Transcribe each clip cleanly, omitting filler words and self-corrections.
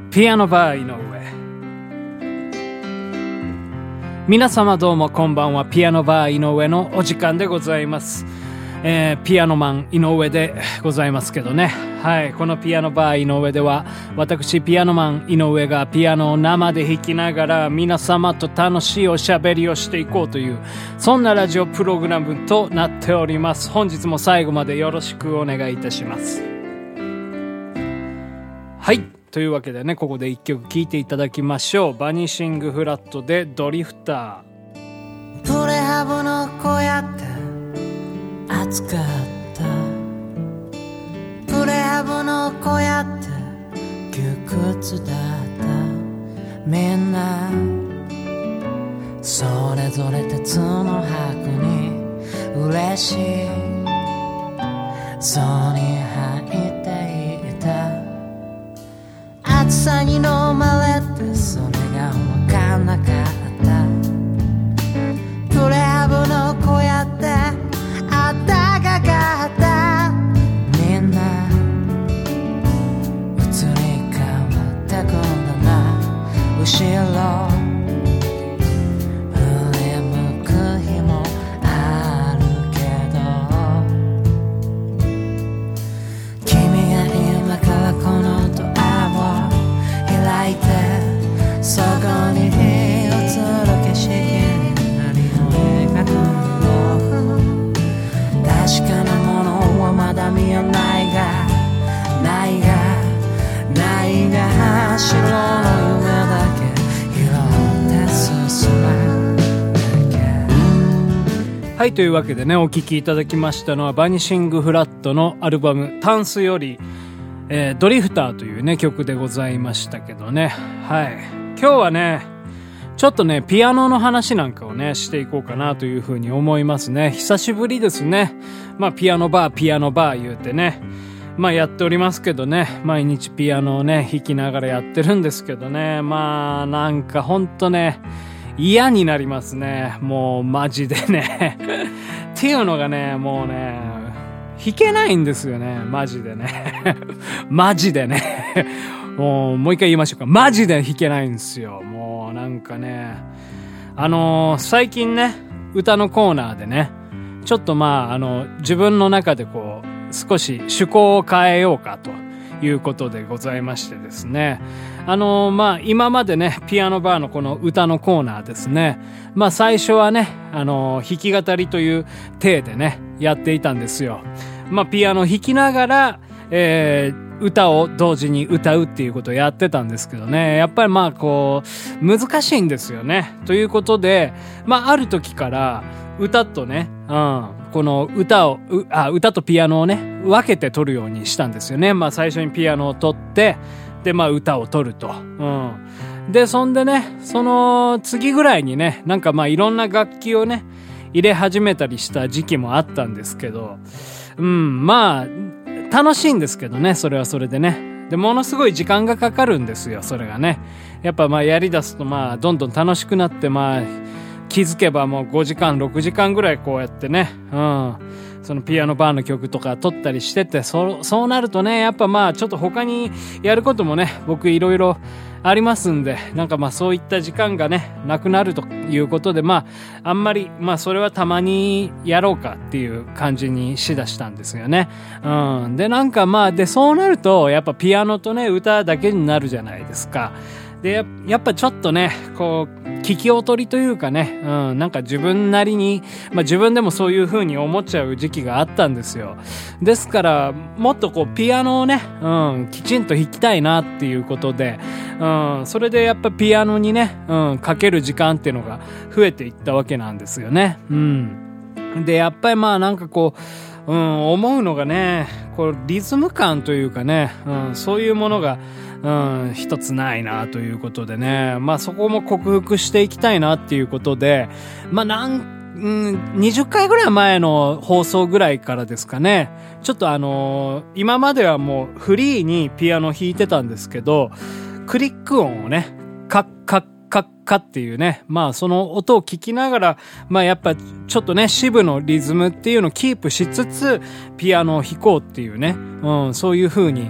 ピアノバー井上。皆様どうもこんばんは。ピアノバー井上のお時間でございます。ピアノマン井上でございますけどね。はい、このピアノバー井上では私ピアノマン井上がピアノを生で弾きながら皆様と楽しいおしゃべりをしていこうというそんなラジオプログラムとなっております。本日も最後までよろしくお願いいたします。はい、というわけでね、ここで一曲聴いていただきましょう。バニシングフラットでドリフター。 プレハブの小屋って暑かった。プレハブの小屋って窮屈だった。みんなそれぞれ鉄の箱に嬉しそうに入っていた。暑さに飲まれてそれが分かんなかった。プレハブの小屋ってあったかかった。みんな移り変わってくんだな。後ろ振り向く日もあるけど、君が今からこのドアを開いてそこに映る景色に何を描くの。確かなものはまだ見えないが白の夢だけ拾って進むだけ。 はい、というわけでね、お聴きいただきましたのはバニシングフラットのアルバムタンスより、ドリフターというね曲でございましたけどね。はい、今日はねちょっとねピアノの話なんかをねしていこうかなというふうに思いますね。久しぶりですね。ピアノバー言うてねやっておりますけどね、毎日ピアノをね弾きながらやってるんですけどね、なんかほんとね嫌になりますね。もうマジでねっていうのがね、もうね弾けないんですよね、マジでねマジでねもう一回言いましょうか。マジで弾けないんですよ。もうなんかね最近ね歌のコーナーでねちょっと自分の中でこう少し趣向を変えようかということでございましてですね、今までねピアノバーのこの歌のコーナーですね、最初はね弾き語りという体でねやっていたんですよ。ピアノ弾きながら、歌を同時に歌うっていうことをやってたんですけどね、やっぱりこう難しいんですよね。ということである時から歌とね、この歌とピアノをね分けて撮るようにしたんですよね。最初にピアノを撮ってで歌を撮ると、でそんでねその次ぐらいにねなんかいろんな楽器をね入れ始めたりした時期もあったんですけど、楽しいんですけどね、それはそれでね。でものすごい時間がかかるんですよ、それがね。やっぱやり出すとどんどん楽しくなって気づけばもう5時間6時間ぐらいこうやってね、そのピアノバーの曲とか撮ったりしてて、そうなるとねやっぱちょっと他にやることもね僕いろいろありますんで、なんかそういった時間がねなくなるということであんまりそれはたまにやろうかっていう感じにしだしたんですよね。でなんかでそうなるとやっぱピアノとね歌だけになるじゃないですか。でやっぱちょっとねこう聞き劣りというかね、なんか自分なりに、自分でもそういう風に思っちゃう時期があったんですよ。ですからもっとこうピアノをね、きちんと弾きたいなっていうことで、それでやっぱピアノにね、かける時間っていうのが増えていったわけなんですよね。でやっぱりなんかこう、思うのがねこうリズム感というかね、そういうものが一つないなということでね、そこも克服していきたいなっていうことで、20回ぐらい前の放送ぐらいからですかね、ちょっと今まではもうフリーにピアノ弾いてたんですけど、クリック音をねカッカッカッカっていうね、その音を聞きながらやっぱちょっとね支部のリズムっていうのをキープしつつピアノを弾こうっていうね、そういう風に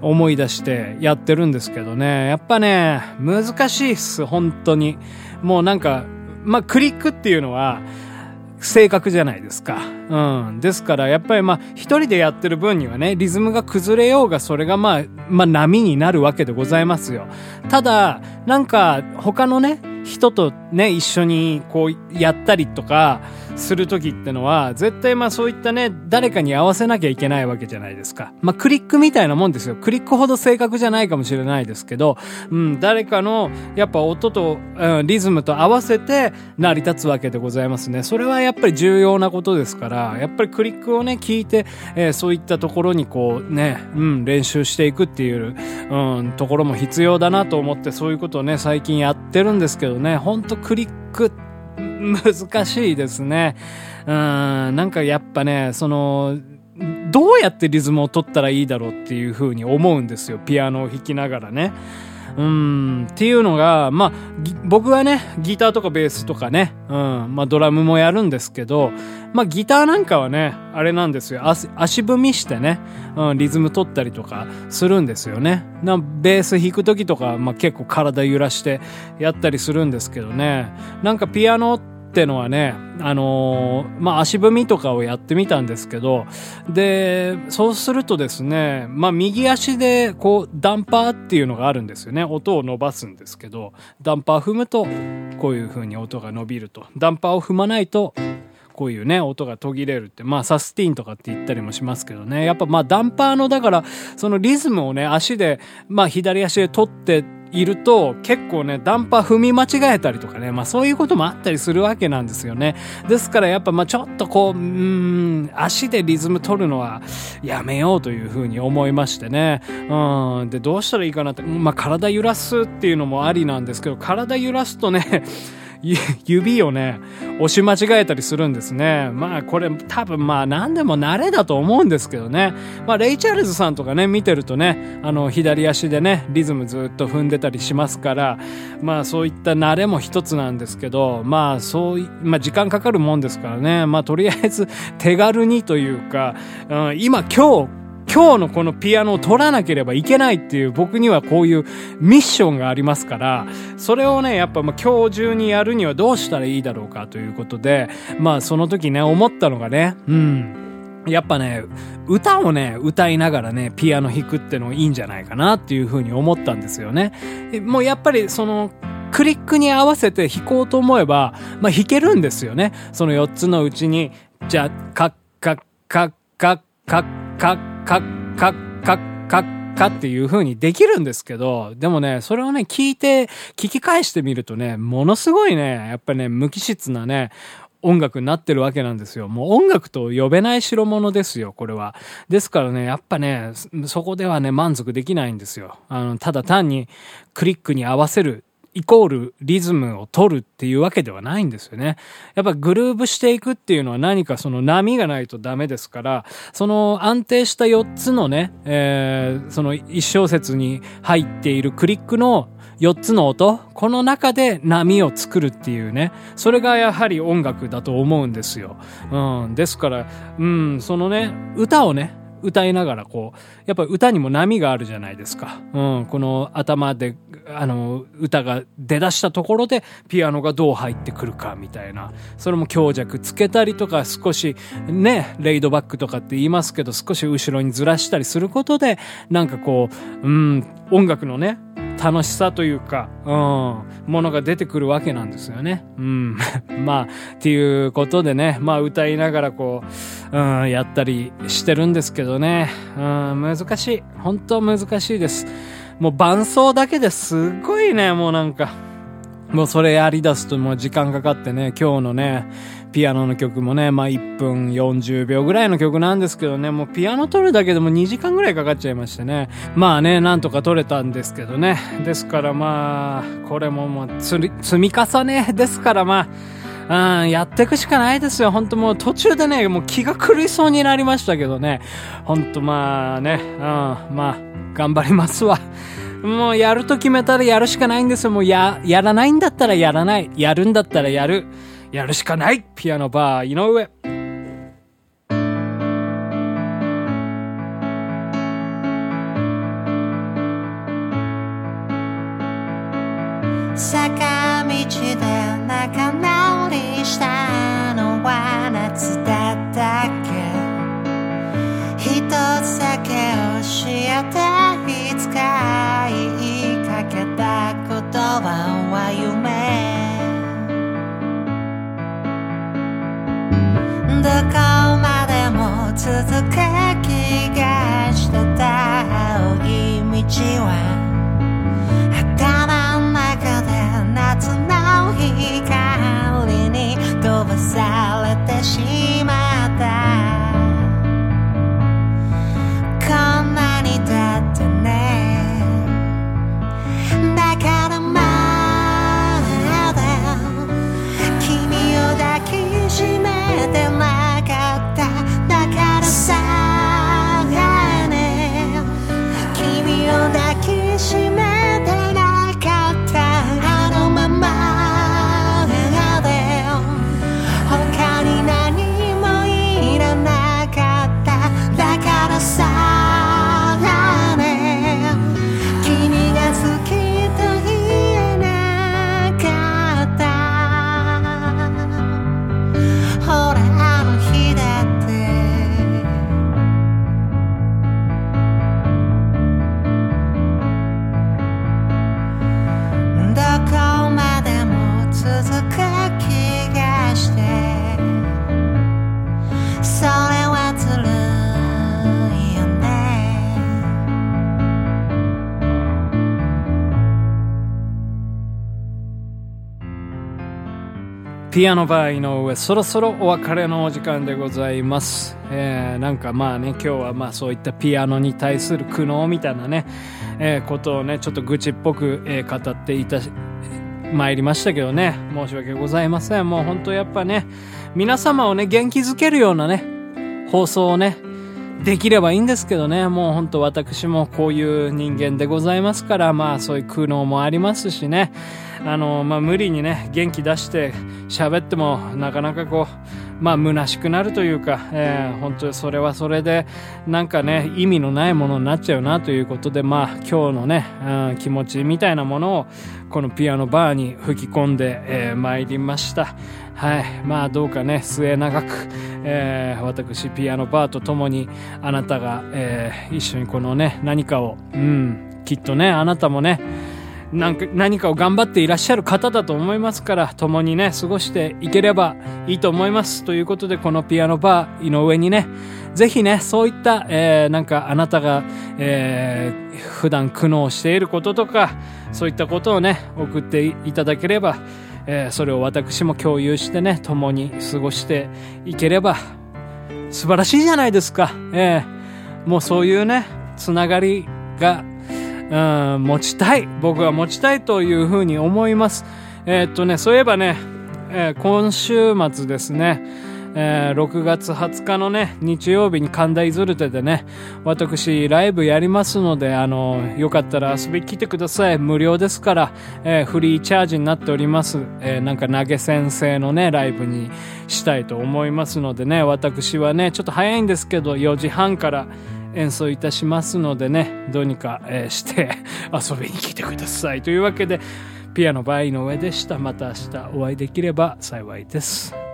思い出してやってるんですけどね。やっぱね、難しいっす、本当に。もうなんか、クリックっていうのは、正確じゃないですか。ですから、やっぱり一人でやってる分にはね、リズムが崩れようが、それが波になるわけでございますよ。ただ、なんか、他のね、人とね、一緒にこうやったりとかするときってのは、絶対そういったね、誰かに合わせなきゃいけないわけじゃないですか。クリックみたいなもんですよ。クリックほど正確じゃないかもしれないですけど、誰かのやっぱ音と、リズムと合わせて成り立つわけでございますね。それはやっぱり重要なことですから、やっぱりクリックをね、聞いて、そういったところにこうね、練習していくっていう、ところも必要だなと思って、そういうことをね、最近やってるんですけどね、ほんとクリック難しいですね。なんかやっぱね、どうやってリズムを取ったらいいだろうっていう風に思うんですよ。ピアノを弾きながらね。っていうのが、僕はね、ギターとかベースとかね、ドラムもやるんですけど、ギターなんかはね、あれなんですよ。足踏みしてね、リズム取ったりとかするんですよね。ベース弾くときとか、結構体揺らしてやったりするんですけどね。なんかピアノってのはね、足踏みとかをやってみたんですけど、で、そうするとですね、右足でこう、ダンパーっていうのがあるんですよね。音を伸ばすんですけど、ダンパー踏むと、こういう風に音が伸びると。ダンパーを踏まないと、こういうね、音が途切れるって、サスティーンとかって言ったりもしますけどね。やっぱダンパーの、だから、そのリズムをね、足で、左足で取っていると、結構ね、ダンパー踏み間違えたりとかね、そういうこともあったりするわけなんですよね。ですからやっぱちょっとこう、足でリズム取るのはやめようというふうに思いましてね。で、どうしたらいいかなって、体揺らすっていうのもありなんですけど、体揺らすとね、指をね、押し間違えたりするんですね。これ多分何でも慣れだと思うんですけどね。レイ・チャールズさんとかね、見てるとね、左足でね、リズムずっと踏んでたりしますから、そういった慣れも一つなんですけど、時間かかるもんですからね。とりあえず手軽にというか、今日のこのピアノを取らなければいけないっていう、僕にはこういうミッションがありますから、それをね、やっぱ今日中にやるにはどうしたらいいだろうかということで、その時ね、思ったのがね、やっぱね、歌をね、歌いながらね、ピアノ弾くってのいいんじゃないかなっていうふうに思ったんですよね。もうやっぱりクリックに合わせて弾こうと思えば、弾けるんですよね。その4つのうちに、じゃあ、カッカッカッカッカッカッカッカッカッカッカっていう風にできるんですけど、でもね、それをね、聞き返してみるとね、ものすごいね、やっぱりね、無機質なね、音楽になってるわけなんですよ。もう音楽と呼べない代物ですよ、これは。ですからね、やっぱね、そこではね、満足できないんですよ。ただ単にクリックに合わせるイコールリズムを取るっていうわけではないんですよね。やっぱグルーブしていくっていうのは何かその波がないとダメですから、その安定した4つのね、その1小節に入っているクリックの4つの音、この中で波を作るっていうね、それがやはり音楽だと思うんですよ。ですから、そのね、歌をね、歌いながらこう、やっぱり歌にも波があるじゃないですか。この頭で、歌が出だしたところでピアノがどう入ってくるかみたいな。それも強弱つけたりとか、少しね、レイドバックとかって言いますけど、少し後ろにずらしたりすることで、なんかこう、音楽のね、楽しさというか、ものが出てくるわけなんですよね。っていうことでね、歌いながらこう、やったりしてるんですけどね。難しい。本当難しいです。もう伴奏だけですごいね、もうなんか、もうそれやり出すともう時間かかってね、今日のね、ピアノの曲もね、1分40秒ぐらいの曲なんですけどね、もうピアノ取るだけでも2時間ぐらいかかっちゃいましてね。なんとか取れたんですけどね。ですからこれももう積み重ねですからやっていくしかないですよ。本当もう途中でね、もう気が狂いそうになりましたけどね。本当頑張りますわ。もうやると決めたらやるしかないんですよ。もうやらないんだったらやらない。やるんだったらやるしかない。ピアノバー井上。 坂道で仲直りしたのは夏だったっけ。一つだけ教えて、いつか言いかけた言葉は夢。どこまでも続く気がしてた青い道は、頭の中で夏の光に飛ばされてしまった。こんなにだってね、だからまだ君を抱きしめてなかった。だからさね、君を抱きしめてなかった。あのままで他に何もいらなかった。だからさね、君が好きと言えなかった。ほらあの日だってどこまでも続く気がして、それはずるいよね。 ピアノバー井上、そろそろお別れのお時間でございます。なんかまあね、今日はまあそういったピアノに対する苦悩みたいなね、ことをねちょっと愚痴っぽく、語ってまいりましたけどね、申し訳ございません。もう本当やっぱね、皆様をね元気づけるようなね放送をねできればいいんですけどね、もう本当私もこういう人間でございますから、まあそういう苦悩もありますしね、まあ無理にね元気出して喋ってもなかなかこうまあ虚しくなるというか、本当にそれはそれでなんかね意味のないものになっちゃうなということで、まあ今日のね、気持ちみたいなものをこのピアノバーに吹き込んで、参りました。はい、まあどうかね末永く、私ピアノバーとともにあなたが、一緒にこのね何かを、きっとねあなたもね何かを頑張っていらっしゃる方だと思いますから、共にね過ごしていければいいと思います。ということでこのピアノバー井上にねぜひねそういった、なんかあなたが、普段苦悩していることとかそういったことをね送っていただければ、それを私も共有してね共に過ごしていければ素晴らしいじゃないですか。もうそういうねつながりが僕は持ちたいというふうに思います。そういえばね、今週末ですね、6月20日のね日曜日に神田イズルテでね私ライブやりますので、よかったら遊びに来てください。無料ですから、フリーチャージになっております。なんか投げ先生のねライブにしたいと思いますのでね、私はねちょっと早いんですけど4時半から演奏いたしますのでね、どうにか、して遊びに来てください。というわけでピアノバー井上でした。また明日お会いできれば幸いです。